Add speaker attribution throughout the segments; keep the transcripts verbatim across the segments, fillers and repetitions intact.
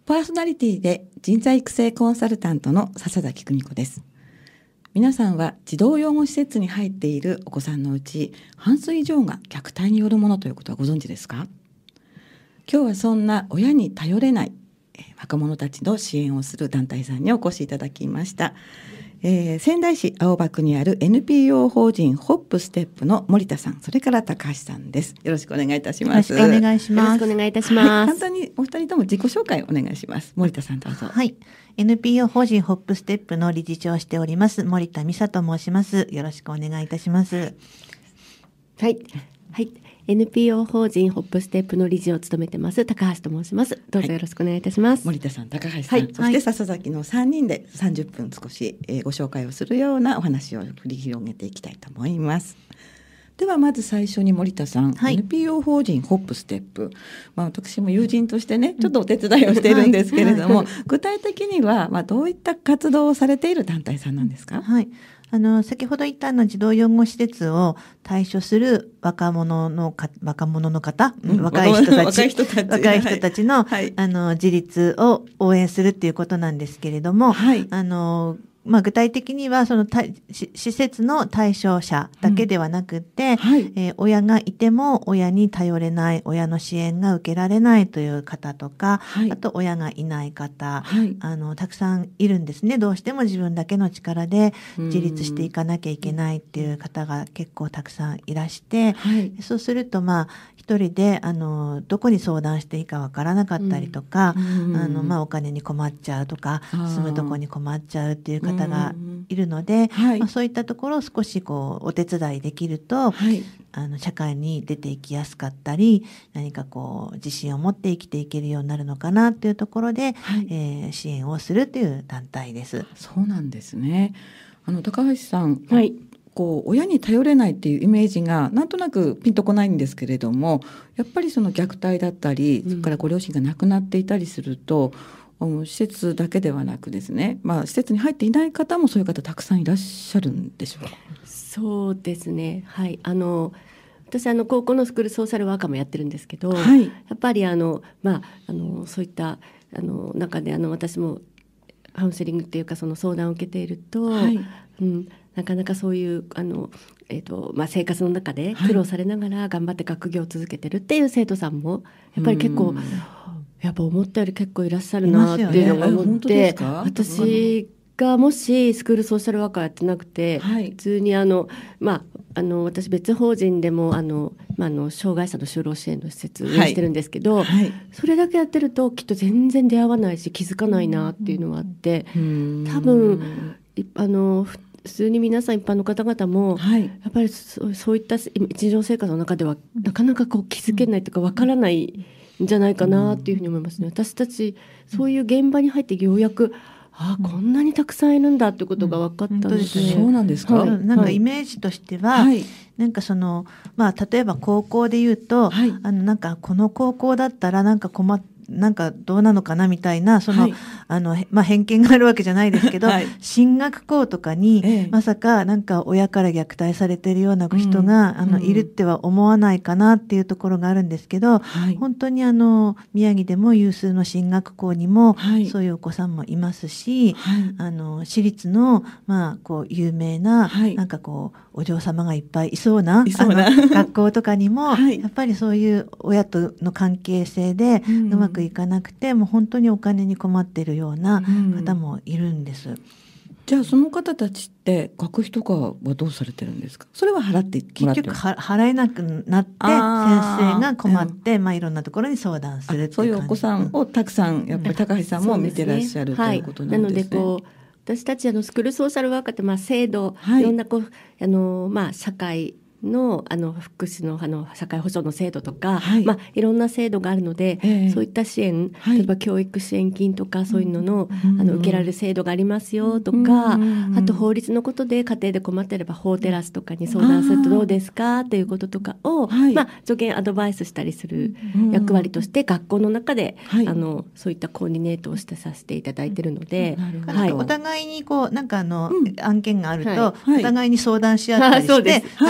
Speaker 1: パーソナリティで人材育成コンサルタントの笹崎久美子です。皆さんは児童養護施設に入っているお子さんのうち半数以上が虐待によるものということはご存知ですか？今日はそんな親に頼れない若者たちの支援をする団体さんにお越しいただきました。えー、仙台市青葉区にある エヌピーオー 法人ホップステップの森田さん、それから高橋さんです。よろしくお願いいたします。
Speaker 2: よろしくお願いします。
Speaker 3: よろしくお願いいたします。はい、
Speaker 1: 簡単にお二人とも自己紹介をお願いします。森田さんどうぞ。
Speaker 2: はい、エヌピーオー 法人ホップステップの理事長をしております森田美沙と申します。よろしくお願いいたします。
Speaker 3: はい、はい、エヌピーオー 法人ホップステップの理事を務めてます高橋と申します。どうぞよろしくお願いいたします。
Speaker 1: はい、森田さん、高橋さん、はい、そして笹崎のさんにんでさんじゅっぷん少し、えー、ご紹介をするようなお話を繰り広げていきたいと思います。ではまず最初に森田さん、はい、エヌピーオー 法人ホップステップ、まあ、私も友人としてねちょっとお手伝いをしているんですけれども、はい、具体的には、まあ、どういった活動をされている団体さんなんですか？
Speaker 2: はい、あの先ほど言ったあの児童養護施設を退所する若者のか若者の方、うん、若い人たち若い人たち、若い人たちの、はい、あの自立を応援するっていうことなんですけれども、はい、あのまあ、具体的にはその施設の対象者だけではなくて、うんはいえー、親がいても親に頼れない、親の支援が受けられないという方とか、はい、あと親がいない方、はい、あのたくさんいるんですね。どうしても自分だけの力で自立していかなきゃいけないっていう方が結構たくさんいらして、はい、そうするとまあ一人であのどこに相談していいかわからなかったりとか、うん、あのまあお金に困っちゃうとか住むとこに困っちゃうっていう方がいるので、はいまあ、そういったところを少しこうお手伝いできると、はい、あの社会に出ていきやすかったり何かこう自信を持って生きていけるようになるのかなというところで、はいえー、支援をするという団体です。
Speaker 1: そうなんですね。あの高橋さん、はいこう親に頼れないっていうイメージがなんとなくピンとこないんですけれども、やっぱりその虐待だったり、それからご両親が亡くなっていたりすると、うん、施設だけではなくですね、まあ、施設に入っていない方もそういう方たくさんいらっしゃるんでしょうか？
Speaker 3: そうですね、はい、あの私あの高校のスクールソーシャルワーカーもやってるんですけど、はい、やっぱりあの、まあ、あのそういったあの中であの私もカウンセリングっていうかその相談を受けていると、はいうん、なかなかそういうあの、えーとまあ、生活の中で苦労されながら頑張って学業を続けてるっていう生徒さんもやっぱり結構、やっぱ思ったより結構いらっしゃるなっていうのが思って、ね、私がもしスクールソーシャルワーカーやってなくて、はい、普通にあの、まあ、あの私別法人でもあの、まあ、あの障害者の就労支援の施設をしてるんですけど、はいはい、それだけやってるときっと全然出会わないし気づかないなっていうのがあって、多分あの普通に皆さん一般の方々も、はい、やっぱり そ, そういった日常生活の中ではなかなかこう気づけないというかわからないんじゃないかなっていうふうに思いますね。私たちそういう現場に入ってようやくああこんなにたくさんいるんだってことが分かったので、うん、
Speaker 1: そうなんですか、
Speaker 2: はい、なんかイメージとしては、はい、なんかその、まあ、例えば高校で言うと、はい、あのなんかこの高校だったらなんか困ってなんかどうなのかなみたいなその、はいあのまあ、偏見があるわけじゃないですけど、はい、進学校とかに、ええ、まさかなんか親から虐待されているような人が、うん、あのいるっては思わないかなっていうところがあるんですけど、はい、本当にあの宮城でも有数の進学校にも、はい、そういうお子さんもいますし、はい、あの私立の、まあ、こう有名な、はい、なんかこうお嬢様がいっぱいいそうな、いそうなあの学校とかにも、はい、やっぱりそういう親との関係性でうまくいかなくて、もう本当にお金に困っているような方もいるんです、うん、
Speaker 1: じゃあその方たちって学費とかはどうされてるんですか？それは払ってもらってる？
Speaker 2: 結局払えなくなって先生が困って、うんまあ、いろんなところに相談するっていう感じ。そういうお
Speaker 1: 子さんをたくさんやっぱり高橋さんも見てらっしゃる、うん、ということなんですね。
Speaker 3: はい、なのでこう私たちあのスクールソーシャルワーカーってまあ制度、はい、いろんなこうあの、まあ、社会の, あの福祉 の, あの社会保障の制度とか、はいまあ、いろんな制度があるので、えー、そういった支援、はい、例えば教育支援金とかそういうの の,、うん、あの受けられる制度がありますよとか、うん、あと法律のことで家庭で困っていれば法テラスとかに相談するとどうですかっていうこととかを、はいまあ、助言アドバイスしたりする役割として学校の中で、はい、あのそういったコーディネートをしてさせていただいているので、
Speaker 2: はい、お互いにこうなんかあの、うん、案件があると、はい、お互いに相談し合ったりして、はい、つな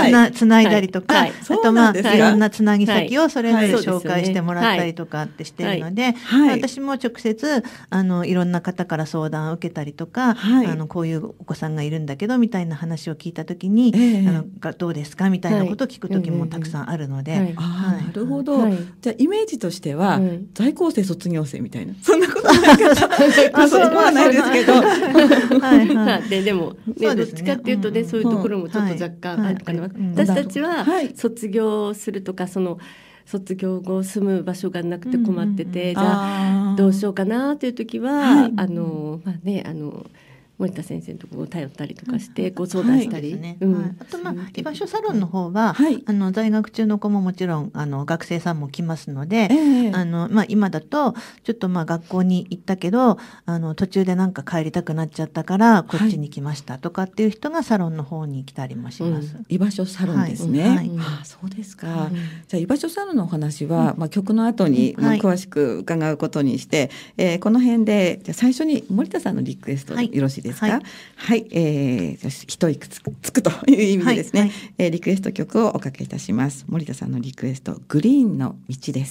Speaker 2: ないだりとか、はいはい、あとまあいろんなつなぎ先をそれぞれ紹介してもらったりとかってしてるので、はいはい、私も直接あのいろんな方から相談を受けたりとか、はい、あのこういうお子さんがいるんだけどみたいな話を聞いた時に、えー、あのがどうですかみたいなことを聞く時もたくさんあるので、はいはい
Speaker 1: はい、なるほど、はい、じゃあイメージとしては、はい、在校生卒業生みたいなそんなことないかあそうはないですけどはいはい、ででも、ね、どっちかっていうとね、うん、そういうところもちょっと若干あるかな、はいはい、私たちは卒業するとかその卒業後住む場所がなくて困ってて、うんうん、じゃあどうしようかなという時は、はい、あのまあねあの森田先生のところを頼ったりとかしてご相談したり、はいねうんはい、
Speaker 2: あとまあ居場所サロンの方は、はい、あの在学中の子ももちろんあの学生さんも来ますので、えーあのまあ、今だとちょっとまあ学校に行ったけどあの途中でなんか帰りたくなっちゃったからこっちに来ましたとかっていう人がサロンの方に来たりもします、
Speaker 1: うん、居場所サロンですね、はいはい、あそうですか、はい、じゃあ居場所サロンのお話は、うんまあ、曲の後に、うんまあ、詳しく伺うことにして、はいえー、この辺でじゃあ最初に森田さんのリクエストでよろしいですか。はいはい、えー、一息つく、つくという意味でですね、はいはいえー、リクエスト曲をおかけいたします。森田さんのリクエスト、グリーンの道です。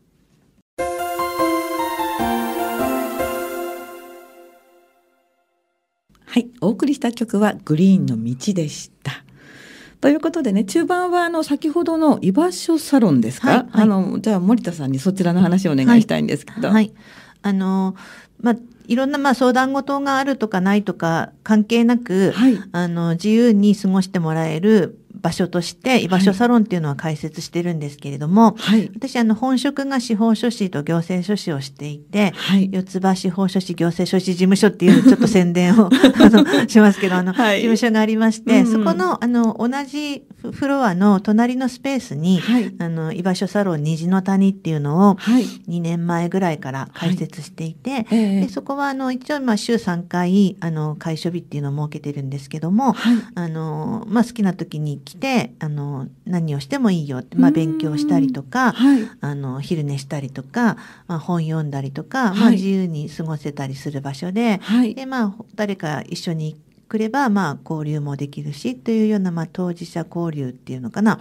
Speaker 1: はい、お送りした曲はグリーンの道でした。ということでね、中盤はあの先ほどの居場所サロンですか、はいはい、あのじゃあ森田さんにそちらの話をお願いしたいんですけど、はいはい、
Speaker 2: あのまあいろんなまあ相談事があるとかないとか関係なく、はい、あの自由に過ごしてもらえる場所として居場所サロンっていうのは開設してるんですけれども、はい、私あの本職が司法書士と行政書士をしていて、はい、四つ葉司法書士行政書士事務所っていうちょっと宣伝をあのしますけどあの、はい、事務所がありまして、うんうん、そこのあの同じフロアの隣のスペースに、はい、あの居場所サロン虹の谷っていうのをにねんまえぐらいから開設していて、はいでそこはあの一応まあ週さんかいあの開所日っていうのを設けてるんですけども、はいあのまあ、好きな時に来てあの何をしてもいいよって、まあ、勉強したりとか、はい、あの昼寝したりとか、まあ、本読んだりとか、はいまあ、自由に過ごせたりする場所で、はい、でまあ誰か一緒に来ればまあ交流もできるしというようなまあ当事者交流っていうのかな、はい、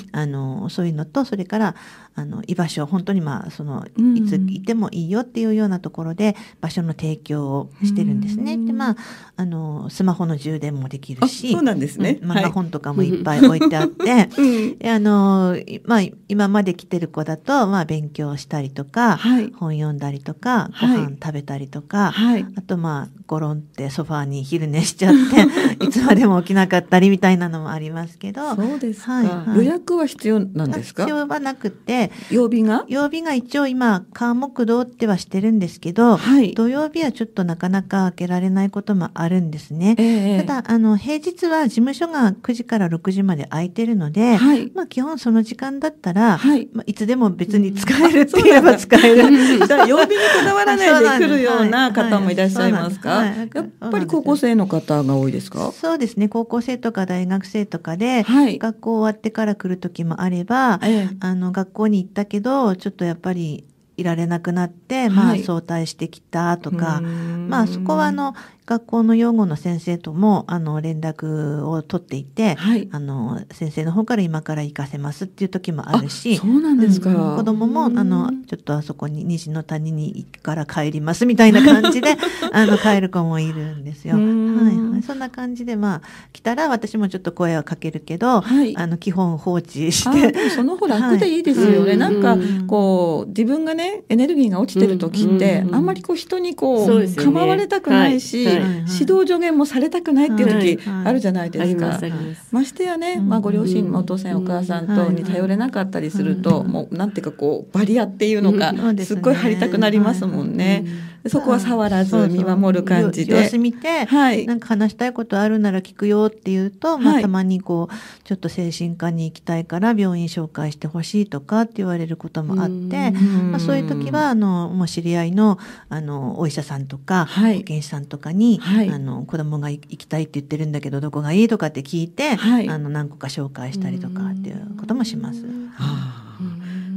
Speaker 2: あのそういうのとそれからあの居場所本当にまあそのいついてもいいよっていうようなところで場所の提供をしてるんですね。でまああのスマホの充電もできるし、
Speaker 1: そうなんですね。
Speaker 2: うん、漫画本とかもいっぱい置いてあって、うん、であのまあ今まで来てる子だとまあ勉強したりとか、はい、本読んだりとかご飯食べたりとか、はい、あとまあゴロンってソファーに昼寝しちゃっていつまでも起きなかったりみたいなのもありますけど、
Speaker 1: そうですか。はいはい、予約は必要なんですか？
Speaker 2: 必要はなくて。
Speaker 1: 曜日が
Speaker 2: 曜日が一応今火木土ってはしてるんですけど、はい、土曜日はちょっとなかなか開けられないこともあるんですね、えー、ただあの平日は事務所がくじからろくじまで空いてるので、はい、まあ、基本その時間だったら、はいまあ、いつでも別に使えるって言えば使える、
Speaker 1: じゃあ曜日にこだわらないで来るような方もいらっしゃいますか？はいはい、やっぱり高校生の方が多いですか？
Speaker 2: そうですね、高校生とか大学生とかで、はい、学校終わってから来る時もあれば、えー、あの学校に行ったけどちょっとやっぱりいられなくなって、はい、まあ早退してきたとか、まあそこはあの学校の養護の先生ともあの連絡を取っていて、はい、あの先生の方から今から行かせますっていう時もあるし、
Speaker 1: そうなんですか、
Speaker 2: うん、子供もあのちょっとあそこに虹の谷に行くから帰りますみたいな感じであの帰る子もいるんですよ。はいはい、そんな感じでまあ来たら私もちょっと声はかけるけど、はい、あの基本放置して、
Speaker 1: でもその方楽でいいですよね。はい、なんかこう自分がねエネルギーが落ちてる時って、うんうん、あんまりこう人にこう、ね、構われたくないし、はいはい、指導助言もされたくないっていう時あるじゃないですか。はいはい、ましてやね、まあ、ご両親もお父さんお母さんとに頼れなかったりすると、もうなんていうかこうバリアっていうのか、すっごい張りたくなりますもんね。そこは触らず見守る感じで
Speaker 2: 様子見て、はい、なんか話したいことあるなら聞くよっていうと、まあ、たまにこうちょっと精神科に行きたいから病院紹介してほしいとかって言われることもあって、まあ、そういう時はあのもう知り合い の, あのお医者さんとか、はい、保健師さんとかに、はい、あの子供が行きたいって言ってるんだけどどこがいいとかって聞いて、はい、あの何個か紹介したりとかっていうこともします。はあ、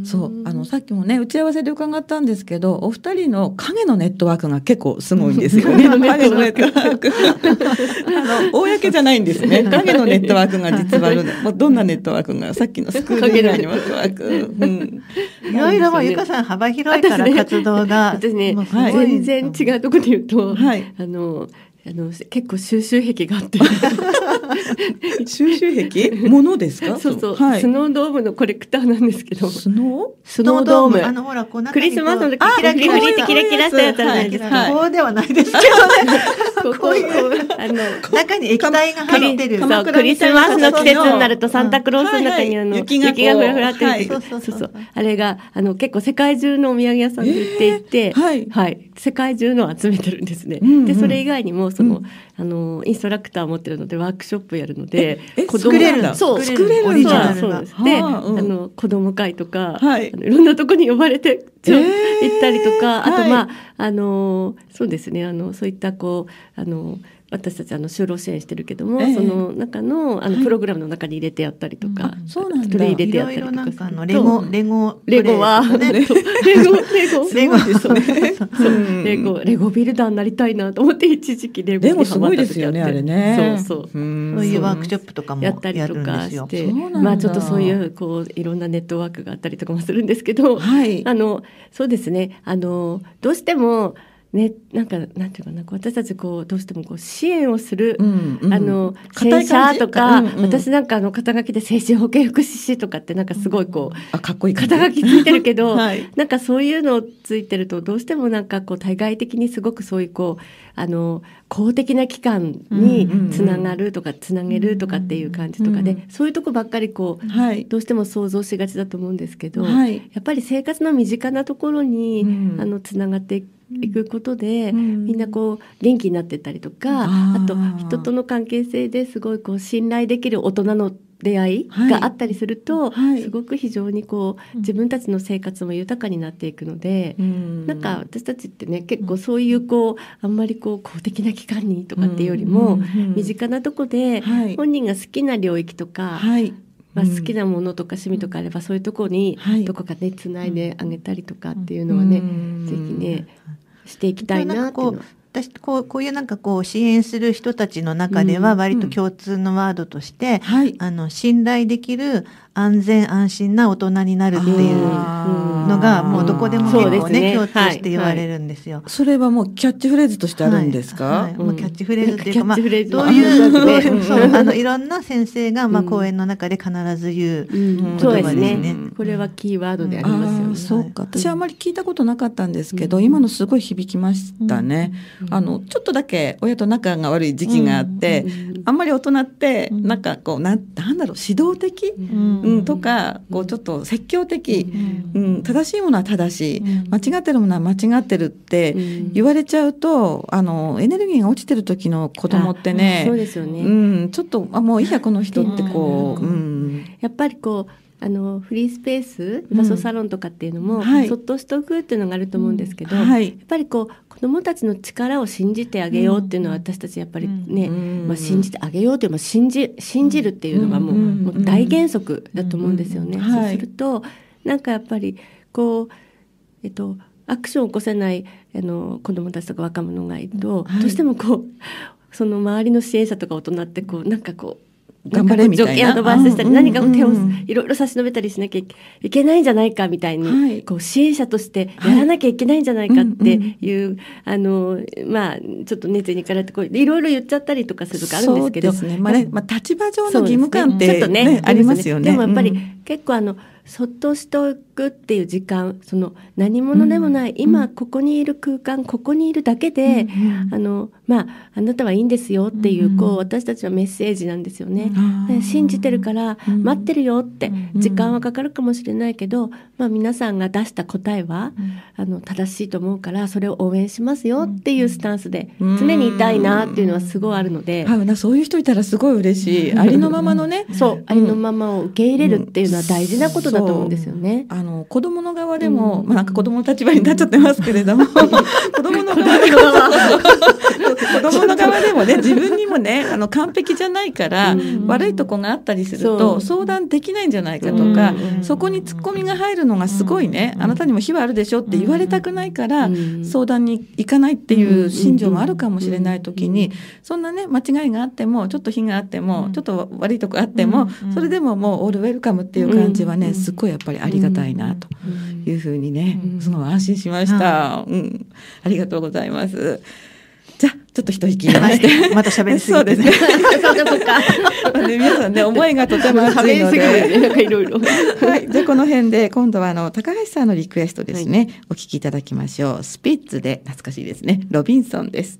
Speaker 1: そうあのさっきもね打ち合わせで伺ったんですけど、お二人の影のネットワークが結構すごいんですよね。影のネットワークあの公じゃないんですね。影のネットワークが実はあるの。もうどんなネットワークが、さっきのスクール以外のネットワーク、うん、
Speaker 2: いろいろもゆかさん幅広いから活動が
Speaker 3: 私ね、はい、全然違うところで言うと、はい、あのあの結構収集癖があって
Speaker 1: 収集癖ものですか？
Speaker 3: そうそう、はい、スノードームのコレクターなんですけど、
Speaker 1: スノー
Speaker 3: スノードーム、
Speaker 2: あのほらこう
Speaker 3: クリスマスの時キラキラキラキラしたやつあるじゃないですか。
Speaker 2: こうではないですけどね。こういうあの中に液体が入ってる。
Speaker 3: そうクリスマスの季節になるとサンタクロースの中にあの雪がふらふらって出てくる。そうそうそう。あれがあの結構世界中のお土産屋さんで売っていて、はいはい世界中の集めてるんですね。でそれ以外にもそのあのインストラクターを持ってるのでワークショップやるので、
Speaker 2: 作れるんだ。
Speaker 3: そう作れるオリジナルが。であの子供会とかいろんなとこに呼ばれて行ったりとか、あとまああのそうですねあのそういったこうあの私たちあの就労支援してるけども、えー、その中のあのプログラムの中に入れてやったりとか、はい、
Speaker 1: そうなんだ、
Speaker 3: 取り入れてやったりとか、いろいろなんかあのレゴ
Speaker 2: レゴ
Speaker 3: レゴはレゴレゴ
Speaker 1: レゴですね。
Speaker 3: レゴレゴビルダーになりたいなと思って一時期レゴにハマった時あって、レゴすごいですよね
Speaker 1: あれね。
Speaker 3: そうそう。そう
Speaker 2: いうワークショップとかもやったりとかして、
Speaker 3: まあちょっとそういうこういろんなネットワークがあったりとかもするんですけど、はい、あのそうですねあのどうしてもね、なんかなんていうかな、私たちこうどうしてもこう支援をする、うんうん、あの支者とか、うんうん、私なんかあの肩書きで精神保健福祉士とかってなんかすごいこう、うん、
Speaker 1: あかっこいい
Speaker 3: 肩書きついてるけど、はい、なんかそういうのついてるとどうしてもなんかこう対外的にすごくそういうこうあの公的な機関につながるとかつなげるとかっていう感じとかで、うんうん、そういうとこばっかりこう、はい、どうしても想像しがちだと思うんですけど、はい、やっぱり生活の身近なところに、うん、あのつながっていく行くことで、うん、みんなこう元気になってったりとか、あ, あと人との関係性ですごいこう信頼できる大人の出会いがあったりすると、はい、すごく非常にこう自分たちの生活も豊かになっていくので、うん、なんか私たちってね結構そういうこうあんまりこう公的な機関にとかっていうよりも、うんうん、身近なとこで本人が好きな領域とか、はいまあ、好きなものとか趣味とかあれば、そういうところにどこかねつないであげたりとかっていうのはね、うん、ぜひねしていきたいなっていうのは。
Speaker 2: 私こう、こういうなんかこう支援する人たちの中では割と共通のワードとして、うんうんはい、あの信頼できる安全安心な大人になるっていうのがもうどこでも結構ね、ね共通して言われるんですよ、はいはい、
Speaker 1: それはもうキャッチフレーズとしてあるんですか？
Speaker 2: はいはい、もうキャッチフレーズっていうか、まあ、どういうそうあのいろんな先生がまあ講演の中で必ず言う言葉ですね、うんうん、そうですね。
Speaker 3: これはキーワードでありますよね、うん、
Speaker 1: そうか。私はあまり聞いたことなかったんですけど、うん、今のすごい響きましたね、うん、あのちょっとだけ親と仲が悪い時期があって、うん、あんまり大人ってなんかこう な, なんだろう指導的、うんうん、とかこうちょっと説教的、うんうん、正しいものは正しい、間違ってるものは間違ってるって言われちゃうと、あのエネルギーが落ちてる時の子供ってね、
Speaker 3: そうですよね、
Speaker 1: うん、ちょっとあもういいやこの人ってこう、うんうん、
Speaker 3: やっぱりこうあのフリースペース場所サロンとかっていうのも、うんはい、そっとしておくっていうのがあると思うんですけど、うんはい、やっぱりこう子どもたちの力を信じてあげようっていうのは私たちやっぱりね、うんまあ、信じてあげようという、まあ、信じ、信じるっていうのがもう、うん、もう大原則だと思うんですよね、うんうんはい、そうするとなんかやっぱりこう、えっと、アクションを起こせないあの子どもたちとか若者がいると、はい、どうしてもこうその周りの支援者とか大人ってこうなんかこう
Speaker 1: 頑張れみたいな
Speaker 3: アドバイスしたり何か手をいろいろ差し伸べたりしなきゃいけないんじゃないかみたいに、はい、こう支援者としてやらなきゃいけないんじゃないかっていう、はい、あのまあちょっと熱にからってこういろいろ言っちゃったりとかするとかあるんですけど、
Speaker 1: そうですね、まあね、まあ、立場上の義務感って、ね、ちょっとねありますよね。
Speaker 3: でもやっぱり、うん、結構あのそっとしておくっていう時間、その何者でもない、うん、今ここにいる空間、ここにいるだけで、うん、あのまああなたはいいんですよっていう、うん、こう私たちはメッセージなんですよね、うん、信じてるから待ってるよって、うん、時間はかかるかもしれないけど、まあ、皆さんが出した答えは、うん、あの正しいと思うからそれを応援しますよっていうスタンスで常にいたいなっていうのはすごいあるので、
Speaker 1: うん、そういう人いたらすごい嬉しい。ありのままのね
Speaker 3: そう、ありのままを受け入れるっていうのは大事なことだと思うんですよね。
Speaker 1: あの子供の側でも、うんまあ、なんか子供の立場になっちゃってますけれども子供の側でも子供の側でもね自分にもねあの完璧じゃないから悪いとこがあったりすると相談できないんじゃないかとか、そこにツッコミが入るのがすごいね、あなたにも非はあるでしょって言われたくないから相談に行かないっていう心情もあるかもしれない時に、そんなね間違いがあってもちょっと非があってもちょっと悪いとこあってもそれでももうオールウェルカムっていう感じはねすっごいやっぱりありがたいなというふうにねすごい安心しました、うん、ありがとうございます。じゃあちょっと一息入れまして、
Speaker 2: はい、また喋りすぎて、ね、
Speaker 1: そうですねそうかそうか皆さんね思いがとても熱いのでなんかいろいろはい、じゃあこの辺で今度はあの高橋さんのリクエストですね、はい、お聞きいただきましょう。スピッツで懐かしいですね、ロビンソンです。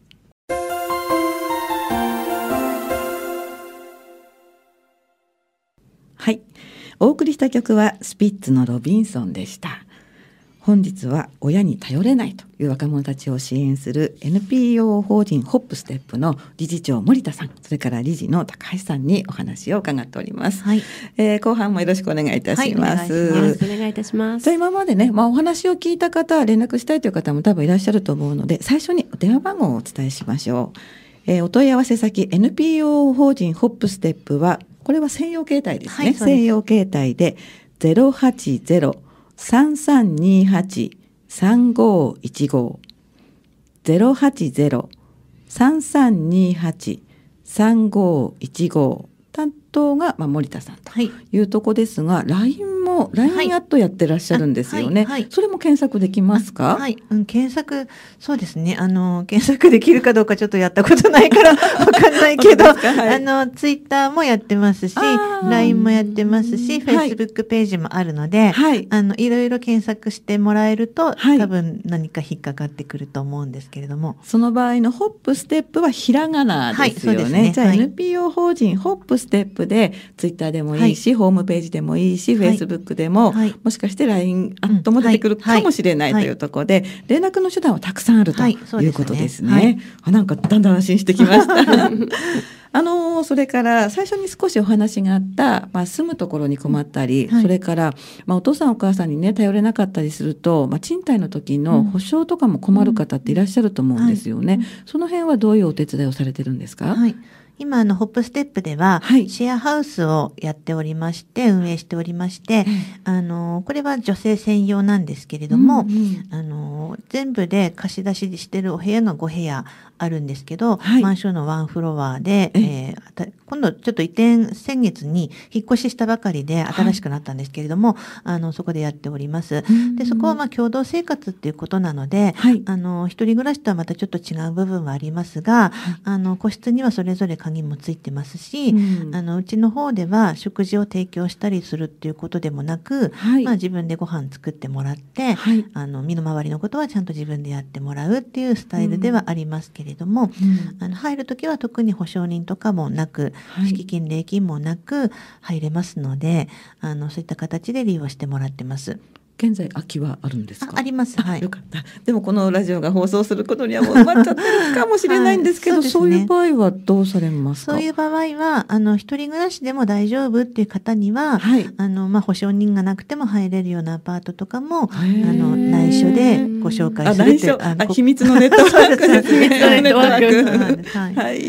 Speaker 1: はい、お送りした曲はスピッツのロビンソンでした。本日は親に頼れないという若者たちを支援する エヌピーオー 法人ホップステップの理事長森田さん、それから理事の高橋さんにお話を伺っております、はい。えー、後半もよろしくお願いいたします、はい、
Speaker 3: よろしくお願いいたします。
Speaker 1: じゃあ今までね、まあ、お話を聞いた方連絡したいという方も多分いらっしゃると思うので最初にお電話番号をお伝えしましょう。えー、お問い合わせ先 エヌピーオー 法人ホップステップはこれは専用携帯ですね、はい、専用携帯で ゼロはちゼロ さんさんにはち さんごいちご ゼロはちゼロ さんさんにはち さんごいちご担当が、まあ、森田さんというとこですが、はい、ライン も ライン アットやってらっしゃるんですよね、はいはいはい、それも検索できますか？
Speaker 2: はい、うん、検索そうですね、あの検索できるかどうかちょっとやったことないからわかんないけど、はい、あのツイッターもやってますし ライン もやってますし、フェイスブックページもあるので、はい、あのいろいろ検索してもらえると、はい、多分何か引っかかってくると思うんですけれども、
Speaker 1: その場合のホップステップはひらがなですよね、はい、そうですね。じゃあ、はい、エヌピーオー 法人ホップステップでツイッターでもいいし、はい、ホームページでもいいし、フェイスブックでも、はい、もしかして ライン アットも出てくるかもしれない、うんはい、というところで、連絡の手段はたくさんあるということですね、はい、あ、なんかだんだん安心してきましたあのそれから最初に少しお話があった、まあ、住むところに困ったり、はい、それから、まあ、お父さんお母さんにね頼れなかったりすると、まあ、賃貸の時の保証とかも困る方っていらっしゃると思うんですよね、うんはい、その辺はどういうお手伝いをされてるんですか？
Speaker 2: はい、今あのホップステップでは、はい、シェアハウスをやっておりまして運営しておりまして、うん、あのこれは女性専用なんですけれども、うんうん、あの全部で貸し出ししてるお部屋がご部屋あるんですけど、はい、マンションのワンフロアで、えー、今度ちょっと移転先月に引っ越ししたばかりで新しくなったんですけれども、はい、あのそこでやっております。でそこはまあ共同生活っていうことなので、はい、あの一人暮らしとはまたちょっと違う部分はありますが、はい、あの個室にはそれぞれ鍵もついてますし、うん、あのうちの方では食事を提供したりするっていうことでもなく、はい、まあ、自分でご飯作ってもらって、はい、あの身の回りのことはちゃんと自分でやってもらうっていうスタイルではありますけれども、うん、あの入るときは特に保証人とかもなく、はい、敷金礼金もなく入れますので、あのそういった形で利用してもらってます。
Speaker 1: 現在空きはあるんですか？
Speaker 2: あ, あります、はい、
Speaker 1: よかった。でもこのラジオが放送することにはもう埋まっちゃってるかもしれないんですけど、はい、そうですね、そういう場合はどうされますか？
Speaker 2: そういう場合はあの一人暮らしでも大丈夫っていう方には、はい、あのまあ、保証人がなくても入れるようなアパートとかもあの内緒でご紹介するっていう、
Speaker 1: ああ秘密のネットワークですね。秘密のネットワーク、はいはい、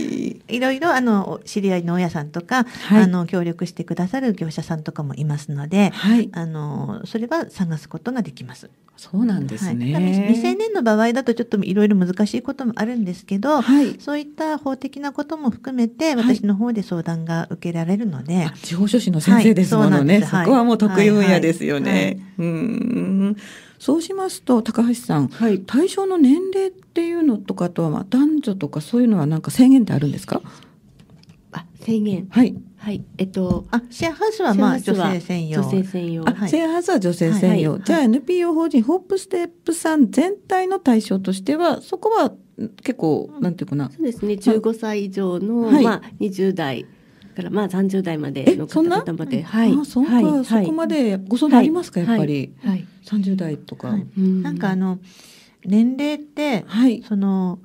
Speaker 2: いろいろあの知り合いの親さんとか、はい、あの協力してくださる業者さんとかもいますので、はい、あのそれは探すことができます。
Speaker 1: そうなんですね、
Speaker 2: はい、未成年の場合だとちょっといろいろ難しいこともあるんですけど、はい、そういった法的なことも含めて私の方で相談が受けられるので、はい、
Speaker 1: 司法書士の先生ですものね、はい、そ, そこはもう得意分野ですよね、はいはいはい、うーんそうしますと高橋さん、はい、対象の年齢っていうのとかとは、まあ、男女とかそういうのはなんか制限ってあるんですか？
Speaker 3: あ、制限、
Speaker 1: はい
Speaker 3: はい、えっと、
Speaker 2: あ、シェアハウスはまあ女性専用。
Speaker 3: 女性専用。
Speaker 1: あ、はい、シェアハウスは女性専用。はい、じゃあ エヌピーオー 法人ホップステップさん全体の対象としては、そこは結構、うん、なんていうかな。
Speaker 3: そうですね、じゅうごさい以上の、はい、まあにじゅう代からまあさんじゅう代までの方々まで、
Speaker 1: はい。あ、そうか、はい、そこまでご相談ありますか、はい、やっぱり。はい。さんじゅう代とか。はい、
Speaker 2: なんかあの年齢って、はい、その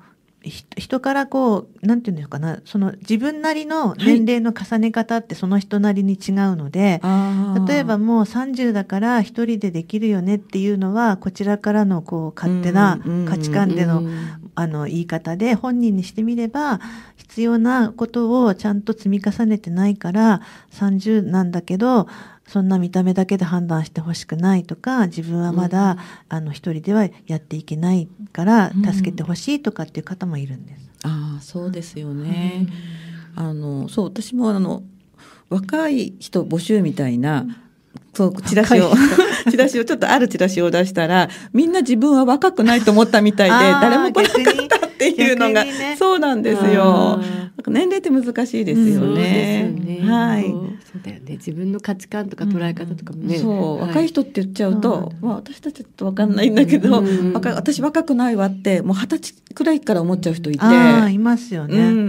Speaker 2: 人からこうなんていうんですかな、その自分なりの年齢の重ね方ってその人なりに違うので、はい、例えばもうさんじゅうだから一人でできるよねっていうのはこちらからのこう勝手な価値観での、あの言い方で、本人にしてみれば必要なことをちゃんと積み重ねてないからさんじゅうなんだけどそんな見た目だけで判断してほしくないとか、自分はまだ、うん、あの一人ではやっていけないから助けてほしいとかっていう方もいるんです。
Speaker 1: うん、ああ、そうですよね。うん、あのそう私もあの若い人募集みたいな、うん、そうチラシをチラシをちょっとあるチラシを出したら、みんな自分は若くないと思ったみたいで誰も来なかったっていうのが、ね、そうなんですよ。年齢って難しいですよね。
Speaker 3: うん、そうですよね。はい。そうだよね。自分の価値観とか捉え方とかもね。
Speaker 1: うん、そう、はい、若い人って言っちゃうと、まあ、私たちちょっと分かんないんだけど、うん、若私若くないわってもう二十歳くらいから思っちゃう人いて、
Speaker 2: あ、いますよね。うんうんうん、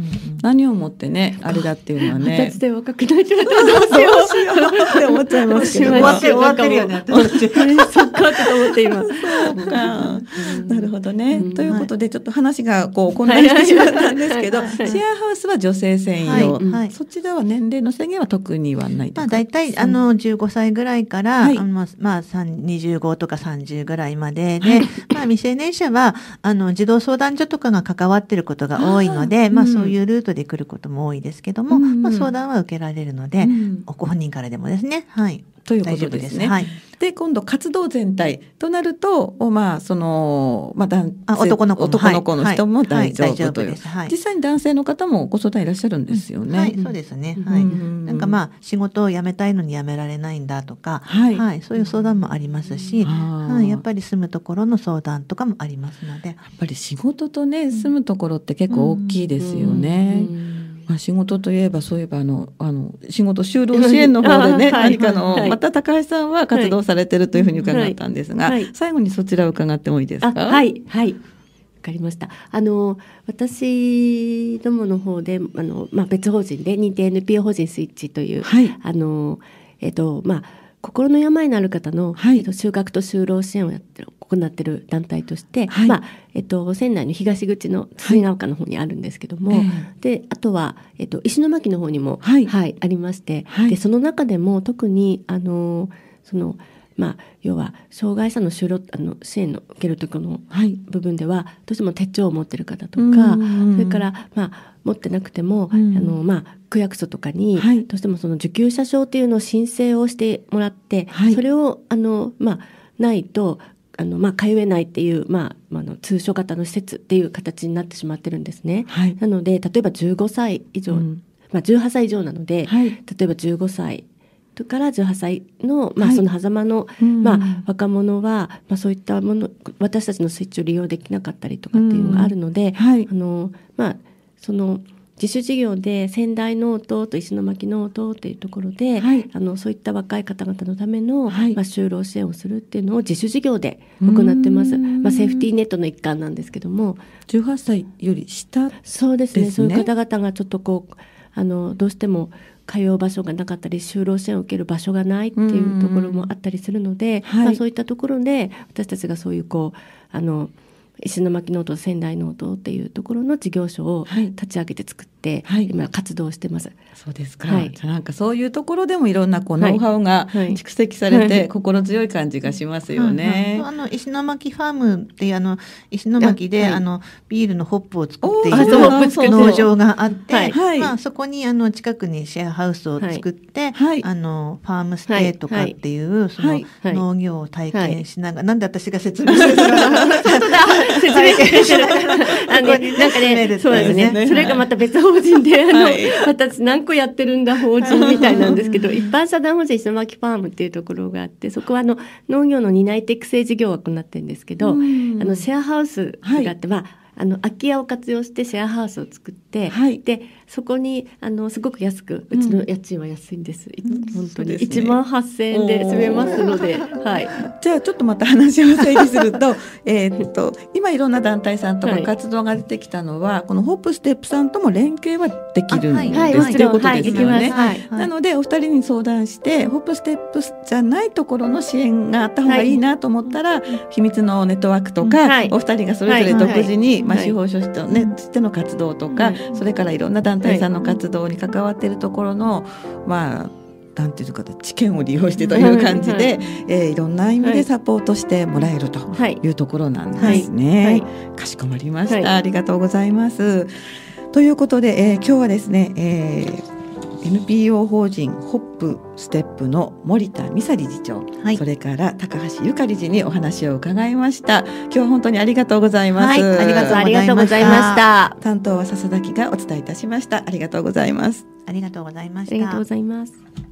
Speaker 1: 何をもってねあれだっていうのはね。
Speaker 3: 二十歳で若くないって言われたらどうしようしようって
Speaker 1: 思っちゃいますけど。
Speaker 2: 終わって終わってるよね。
Speaker 3: そっかって思っています。
Speaker 1: そうか。なるほどね。うん、ということでちょっと話がこう混乱してしまったんですけど、はいはいはい、シェアハウスは女性専用、はいはい、そちらは年齢の制限は特にはないとか。
Speaker 2: まあだいたいあのじゅうごさいぐらいから、はい、あのまあにじゅうごとかさんじゅうぐらいまでで、はい、まあ未成年者はあの児童相談所とかが関わっていることが多いので、まあそういうルートで来ることも多いですけども、うん、まあ相談は受けられるので、うん、ご本人からでもですね、はい。
Speaker 1: ということですね。はい、で今度活動全体となると、まあそのまあ男性
Speaker 2: あ男の子も
Speaker 1: 男の子の人も大丈夫という、
Speaker 2: はいはい、
Speaker 1: 実際に男性の方もご相談いらっしゃるんですよね。
Speaker 2: うん、はい、そうですね。はい。なんかまあ仕事を辞めたいのに辞められないんだとか、はい、はい、そういう相談もありますし、はい、やっぱり住むところの相談とかもありますので、や
Speaker 1: っぱり仕事とね住むところって結構大きいですよね。うんうんうん、まあ、仕事といえばそういえばあのあの仕事就労支援の方でね何かの、はい、また高橋さんは活動されてるというふうに伺ったんですが、はいはい、最後にそちらを伺ってもいいですか。
Speaker 3: はいはいわかりました。あの私どもの方であの、まあ、別法人で認定 エヌピーオー 法人スイッチという、はい、あのえっとまあ心の病のある方の、はいえっと、就学と就労支援をやってる行っている団体として、はいまあえっと、仙台の東口の鶴ヶ丘の方にあるんですけども、はい、であとは、えっと、石巻の方にも、はいはい、ありまして、はい、でその中でも特にあのそのまあ、要は障害者の就労あの支援の受けるところの部分では、はい、どうしても手帳を持っている方とか、それから、まあ、持ってなくても、うん、あのまあ、区役所とかに、はい、どうしてもその受給者証っていうのを申請をしてもらって、はい、それをあの、まあ、ないとあの、まあ、通えないっていう、まあ、あの通所型の施設っていう形になってしまってるんですね。はい、なので例えばじゅうごさい以上、うんまあ、じゅうはっさい以上なので、はい、例えばじゅうごさいからじゅうはっさいの、まあ、その狭間の、はいまあ、若者は、まあ、そういったもの私たちのスイッチを利用できなかったりとかっていうのがあるので、はい、あのまあ、その自主事業で仙台農党と石巻農党というところで、はい、あのそういった若い方々のための、はいまあ、就労支援をするっていうのを自主事業で行ってます。まあ、セーフティーネットの一環なんですけども、
Speaker 1: じゅうはっさいより下ですね。
Speaker 3: そうですね。そういう方々がちょっとこうあのどうしても通う場所がなかったり就労支援を受ける場所がないっていうところもあったりするので、はいまあ、そういったところで私たちがそういうこうあの石巻農党仙台農党っていうところの事業所を立ち上げて作って、はい、今活動してます。
Speaker 1: そうですか、はい、じゃあなんかそういうところでもいろんなこうノウハウが蓄積されて心強い感じがしますよね。はいはい
Speaker 2: はい、あの石巻ファームっていうあの石巻であ、はい、あのビールのホップを作っている農場があって、はいまあ、そこにあの近くにシェアハウスを作って、はい、あのファームステイとかっていう、はい、その農業を体験しながら、はい、なんで私が説明するの
Speaker 3: 説明してるあの、ね、なんかね、そうですね。それがまた別法人で、あの、はい、私何個やってるんだ法人みたいなんですけど、一般社団法人石巻ファームっていうところがあって、そこはあの農業の担い手育成事業を行ってるんですけど、あのシェアハウスがあって、はい、まああの空き家を活用してシェアハウスを作って、はい、でそこにあのすごく安く、うちの家賃は安いんです、うん、本当にいちまんはっせんえんで住めますので、はい、
Speaker 1: じゃあちょっとまた話を整理するとえっと今いろんな団体さんとか活動が出てきたのは、はい、このホップステップさんとも連携はできるんです、はいはい、ということですよね、はいはい、なのでお二人に相談してホップステップじゃないところの支援があった方がいいなと思ったら、はい、秘密のネットワークとか、はい、お二人がそれぞれ独自に、はいまあ、司法書士と、ね、しての活動とか、はい、それからいろんな団体さんの活動に関わっているところの、まあなんていうか知見を利用してという感じで、はいえー、いろんな意味でサポートしてもらえるというところなんですね、はいはいはい、かしこまりました、はい、ありがとうございます。ということで、えー、今日はですね、えーエヌピーオー 法人ホップステップの森田美沙理事長、はい、それから高橋由香理事にお話を伺いました。今日は本当にありがとうございます、はい、
Speaker 3: ありがとうございました。
Speaker 1: 担当は笹崎がお伝えいたしました。ありがとうございます。
Speaker 2: ありがとうございました。
Speaker 3: ありがとうございます。